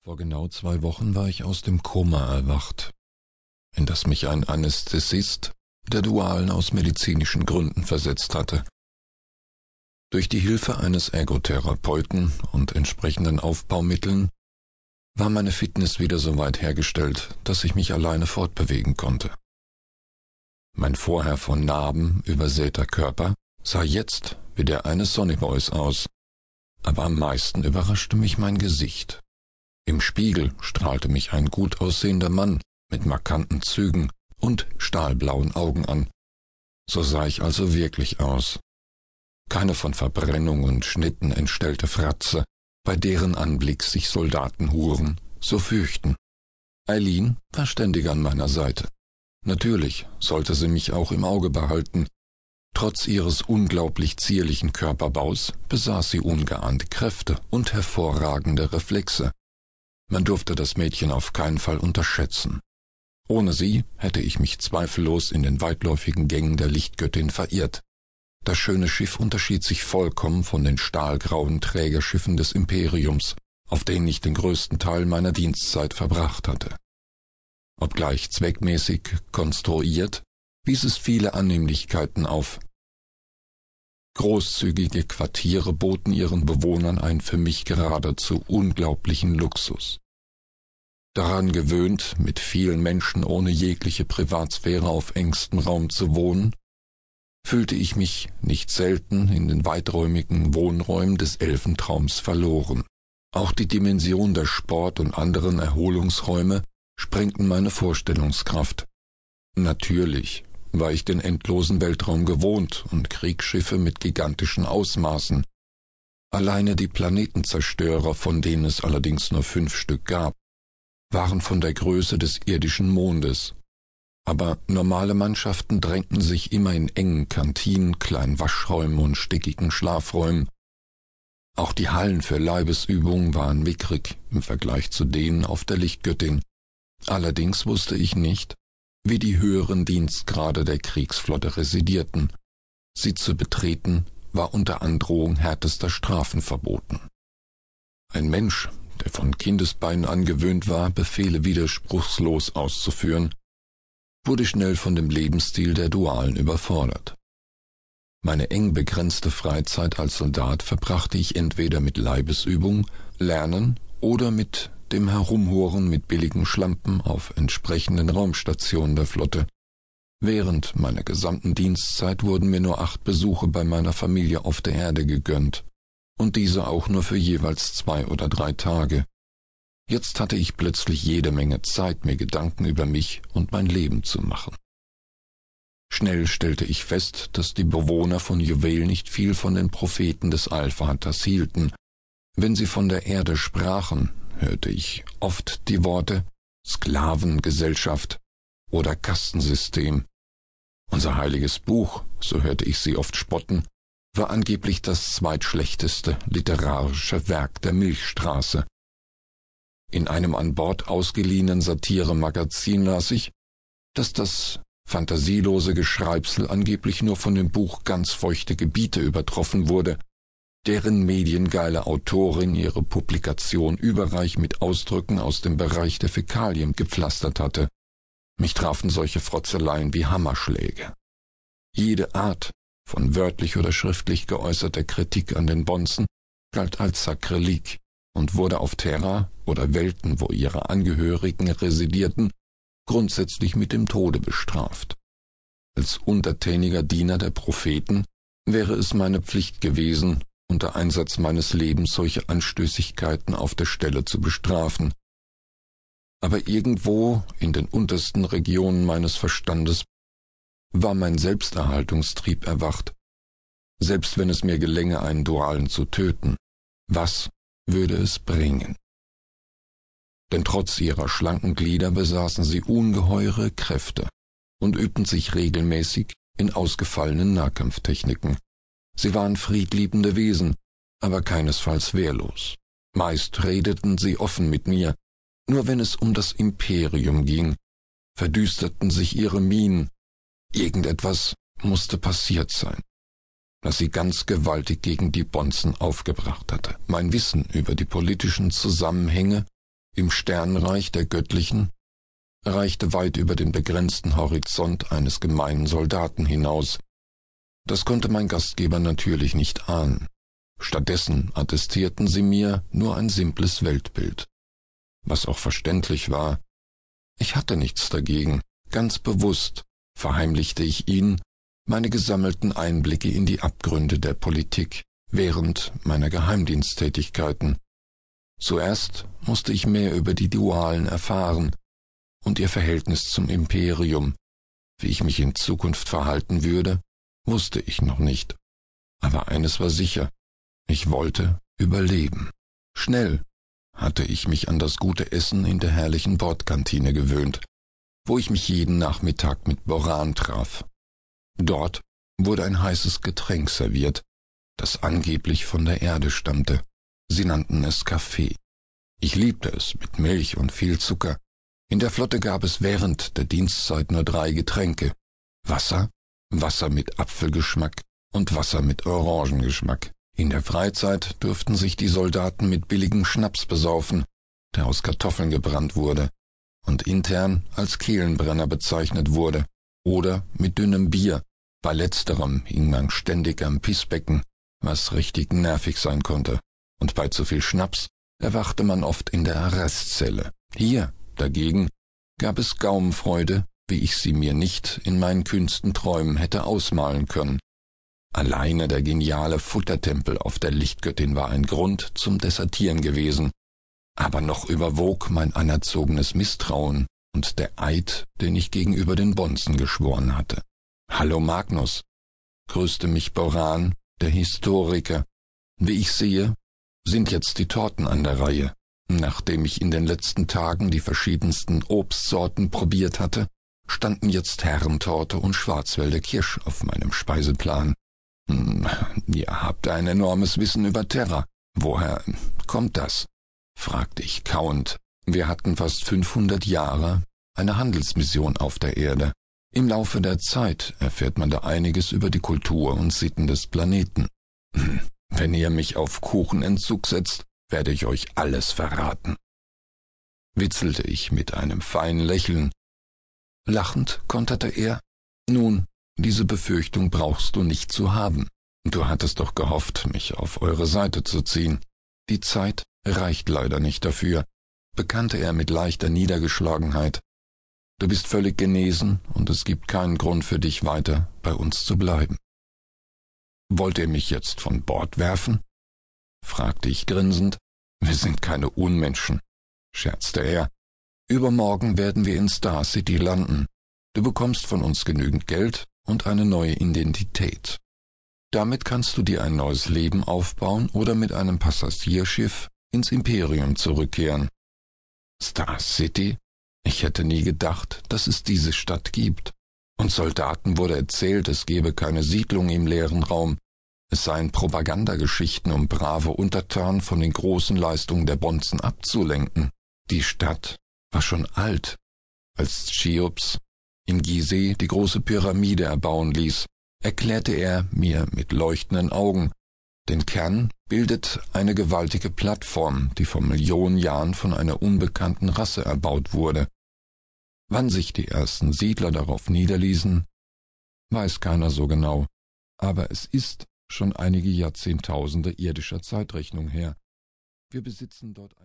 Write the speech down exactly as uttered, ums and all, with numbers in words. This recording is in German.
Vor genau zwei Wochen war ich aus dem Koma erwacht, in das mich ein Anästhesist der Dualen aus medizinischen Gründen versetzt hatte. Durch die Hilfe eines Ergotherapeuten und entsprechenden Aufbaumitteln war meine Fitness wieder so weit hergestellt, dass ich mich alleine fortbewegen konnte. Mein vorher von Narben übersäter Körper sah jetzt wie der eines Sonnyboys aus, aber am meisten überraschte mich mein Gesicht. Im Spiegel strahlte mich ein gut aussehender Mann mit markanten Zügen und stahlblauen Augen an. So sah ich also wirklich aus. Keine von Verbrennung und Schnitten entstellte Fratze, bei deren Anblick sich Soldatenhuren so fürchten. Eileen war ständig an meiner Seite. Natürlich sollte sie mich auch im Auge behalten. Trotz ihres unglaublich zierlichen Körperbaus besaß sie ungeahnte Kräfte und hervorragende Reflexe. Man durfte das Mädchen auf keinen Fall unterschätzen. Ohne sie hätte ich mich zweifellos in den weitläufigen Gängen der Lichtgöttin verirrt. Das schöne Schiff unterschied sich vollkommen von den stahlgrauen Trägerschiffen des Imperiums, auf denen ich den größten Teil meiner Dienstzeit verbracht hatte. Obgleich zweckmäßig konstruiert, wies es viele Annehmlichkeiten auf. Großzügige Quartiere boten ihren Bewohnern einen für mich geradezu unglaublichen Luxus. Daran gewöhnt, mit vielen Menschen ohne jegliche Privatsphäre auf engstem Raum zu wohnen, fühlte ich mich nicht selten in den weiträumigen Wohnräumen des Elfentraums verloren. Auch die Dimension der Sport- und anderen Erholungsräume sprengten meine Vorstellungskraft. Natürlich war ich den endlosen Weltraum gewohnt und Kriegsschiffe mit gigantischen Ausmaßen. Alleine die Planetenzerstörer, von denen es allerdings nur fünf Stück gab, waren von der Größe des irdischen Mondes. Aber normale Mannschaften drängten sich immer in engen Kantinen, kleinen Waschräumen und stickigen Schlafräumen. Auch die Hallen für Leibesübungen waren mickrig im Vergleich zu denen auf der Lichtgöttin. Allerdings wusste ich nicht, wie die höheren Dienstgrade der Kriegsflotte residierten. Sie zu betreten war unter Androhung härtester Strafen verboten. Ein Mensch, der von Kindesbeinen angewöhnt war, Befehle widerspruchslos auszuführen, wurde schnell von dem Lebensstil der Dualen überfordert. Meine eng begrenzte Freizeit als Soldat verbrachte ich entweder mit Leibesübung, Lernen oder mit dem Herumhuren mit billigen Schlampen auf entsprechenden Raumstationen der Flotte. Während meiner gesamten Dienstzeit wurden mir nur acht Besuche bei meiner Familie auf der Erde gegönnt, und diese auch nur für jeweils zwei oder drei Tage. Jetzt hatte ich plötzlich jede Menge Zeit, mir Gedanken über mich und mein Leben zu machen. Schnell stellte ich fest, dass die Bewohner von Juwel nicht viel von den Propheten des Allvaters hielten. Wenn sie von der Erde sprachen, hörte ich oft die Worte Sklavengesellschaft oder Kastensystem. Unser heiliges Buch, so hörte ich sie oft spotten, war angeblich das zweitschlechteste literarische Werk der Milchstraße. In einem an Bord ausgeliehenen Satire-Magazin las ich, dass das fantasielose Geschreibsel angeblich nur von dem Buch Ganz feuchte Gebiete übertroffen wurde, deren mediengeile Autorin ihre Publikation überreich mit Ausdrücken aus dem Bereich der Fäkalien gepflastert hatte. Mich trafen solche Frotzeleien wie Hammerschläge. Jede Art von wörtlich oder schriftlich geäußerter Kritik an den Bonzen galt als Sakrileg und wurde auf Terra oder Welten, wo ihre Angehörigen residierten, grundsätzlich mit dem Tode bestraft. Als untertäniger Diener der Propheten wäre es meine Pflicht gewesen, unter Einsatz meines Lebens solche Anstößigkeiten auf der Stelle zu bestrafen. Aber irgendwo in den untersten Regionen meines Verstandes war mein Selbsterhaltungstrieb erwacht. Selbst wenn es mir gelänge, einen Dualen zu töten, was würde es bringen? Denn trotz ihrer schlanken Glieder besaßen sie ungeheure Kräfte und übten sich regelmäßig in ausgefallenen Nahkampftechniken. Sie waren friedliebende Wesen, aber keinesfalls wehrlos. Meist redeten sie offen mit mir, nur wenn es um das Imperium ging, verdüsterten sich ihre Mienen. Irgendetwas musste passiert sein, das sie ganz gewaltig gegen die Bonzen aufgebracht hatte. Mein Wissen über die politischen Zusammenhänge Im Sternenreich der Göttlichen reichte weit über den begrenzten Horizont eines gemeinen Soldaten hinaus. Das konnte mein Gastgeber natürlich nicht ahnen. Stattdessen attestierten sie mir nur ein simples Weltbild. Was auch verständlich war. Ich hatte nichts dagegen. Ganz bewusst verheimlichte ich ihnen meine gesammelten Einblicke in die Abgründe der Politik während meiner Geheimdiensttätigkeiten. Zuerst musste ich mehr über die Dualen erfahren und ihr Verhältnis zum Imperium. Wie ich mich in Zukunft verhalten würde, wusste ich noch nicht. Aber eines war sicher, ich wollte überleben. Schnell hatte ich mich an das gute Essen in der herrlichen Bordkantine gewöhnt, wo ich mich jeden Nachmittag mit Boran traf. Dort wurde ein heißes Getränk serviert, das angeblich von der Erde stammte. Sie nannten es Kaffee. Ich liebte es mit Milch und viel Zucker. In der Flotte gab es während der Dienstzeit nur drei Getränke: Wasser, Wasser mit Apfelgeschmack und Wasser mit Orangengeschmack. In der Freizeit durften sich die Soldaten mit billigem Schnaps besaufen, der aus Kartoffeln gebrannt wurde und intern als Kehlenbrenner bezeichnet wurde, oder mit dünnem Bier. Bei letzterem hing man ständig am Pissbecken, was richtig nervig sein konnte, und bei zu viel Schnaps erwachte man oft in der Arrestzelle. Hier dagegen gab es Gaumenfreude, wie ich sie mir nicht in meinen kühnsten Träumen hätte ausmalen können. Alleine der geniale Futtertempel auf der Lichtgöttin war ein Grund zum Desertieren gewesen, aber noch überwog mein anerzogenes Misstrauen und der Eid, den ich gegenüber den Bonzen geschworen hatte. »Hallo Magnus«, grüßte mich Boran, der Historiker. »Wie ich sehe, sind jetzt die Torten an der Reihe. Nachdem ich in den letzten Tagen die verschiedensten Obstsorten probiert hatte, standen jetzt Herrentorte und Schwarzwälder Kirsch auf meinem Speiseplan. Hm, ihr habt ein enormes Wissen über Terra. Woher kommt das?« fragte ich kauend. Wir hatten fast fünfhundert Jahre eine Handelsmission auf der Erde. Im Laufe der Zeit erfährt man da einiges über die Kultur und Sitten des Planeten. Hm, wenn ihr mich auf Kuchenentzug setzt, werde ich euch alles verraten, witzelte ich mit einem feinen Lächeln. Lachend konterte er: »Nun, diese Befürchtung brauchst du nicht zu haben. Du hattest doch gehofft, mich auf eure Seite zu ziehen. Die Zeit reicht leider nicht dafür«, bekannte er mit leichter Niedergeschlagenheit. »Du bist völlig genesen und es gibt keinen Grund für dich, weiter bei uns zu bleiben.« »Wollt ihr mich jetzt von Bord werfen?« fragte ich grinsend. »Wir sind keine Unmenschen«, scherzte er. »Übermorgen werden wir in Star City landen. Du bekommst von uns genügend Geld und eine neue Identität. Damit kannst du dir ein neues Leben aufbauen oder mit einem Passagierschiff ins Imperium zurückkehren.« Star City? Ich hätte nie gedacht, dass es diese Stadt gibt. Und Soldaten wurde erzählt, es gebe keine Siedlung im leeren Raum. Es seien Propagandageschichten, um brave Untertanen von den großen Leistungen der Bonzen abzulenken. Die Stadt war schon alt, als Cheops in Gizeh die große Pyramide erbauen ließ, erklärte er mir mit leuchtenden Augen. Den Kern bildet eine gewaltige Plattform, die vor Millionen Jahren von einer unbekannten Rasse erbaut wurde. Wann sich die ersten Siedler darauf niederließen, weiß keiner so genau, aber es ist schon einige Jahrzehntausende irdischer Zeitrechnung her. Wir besitzen dort ein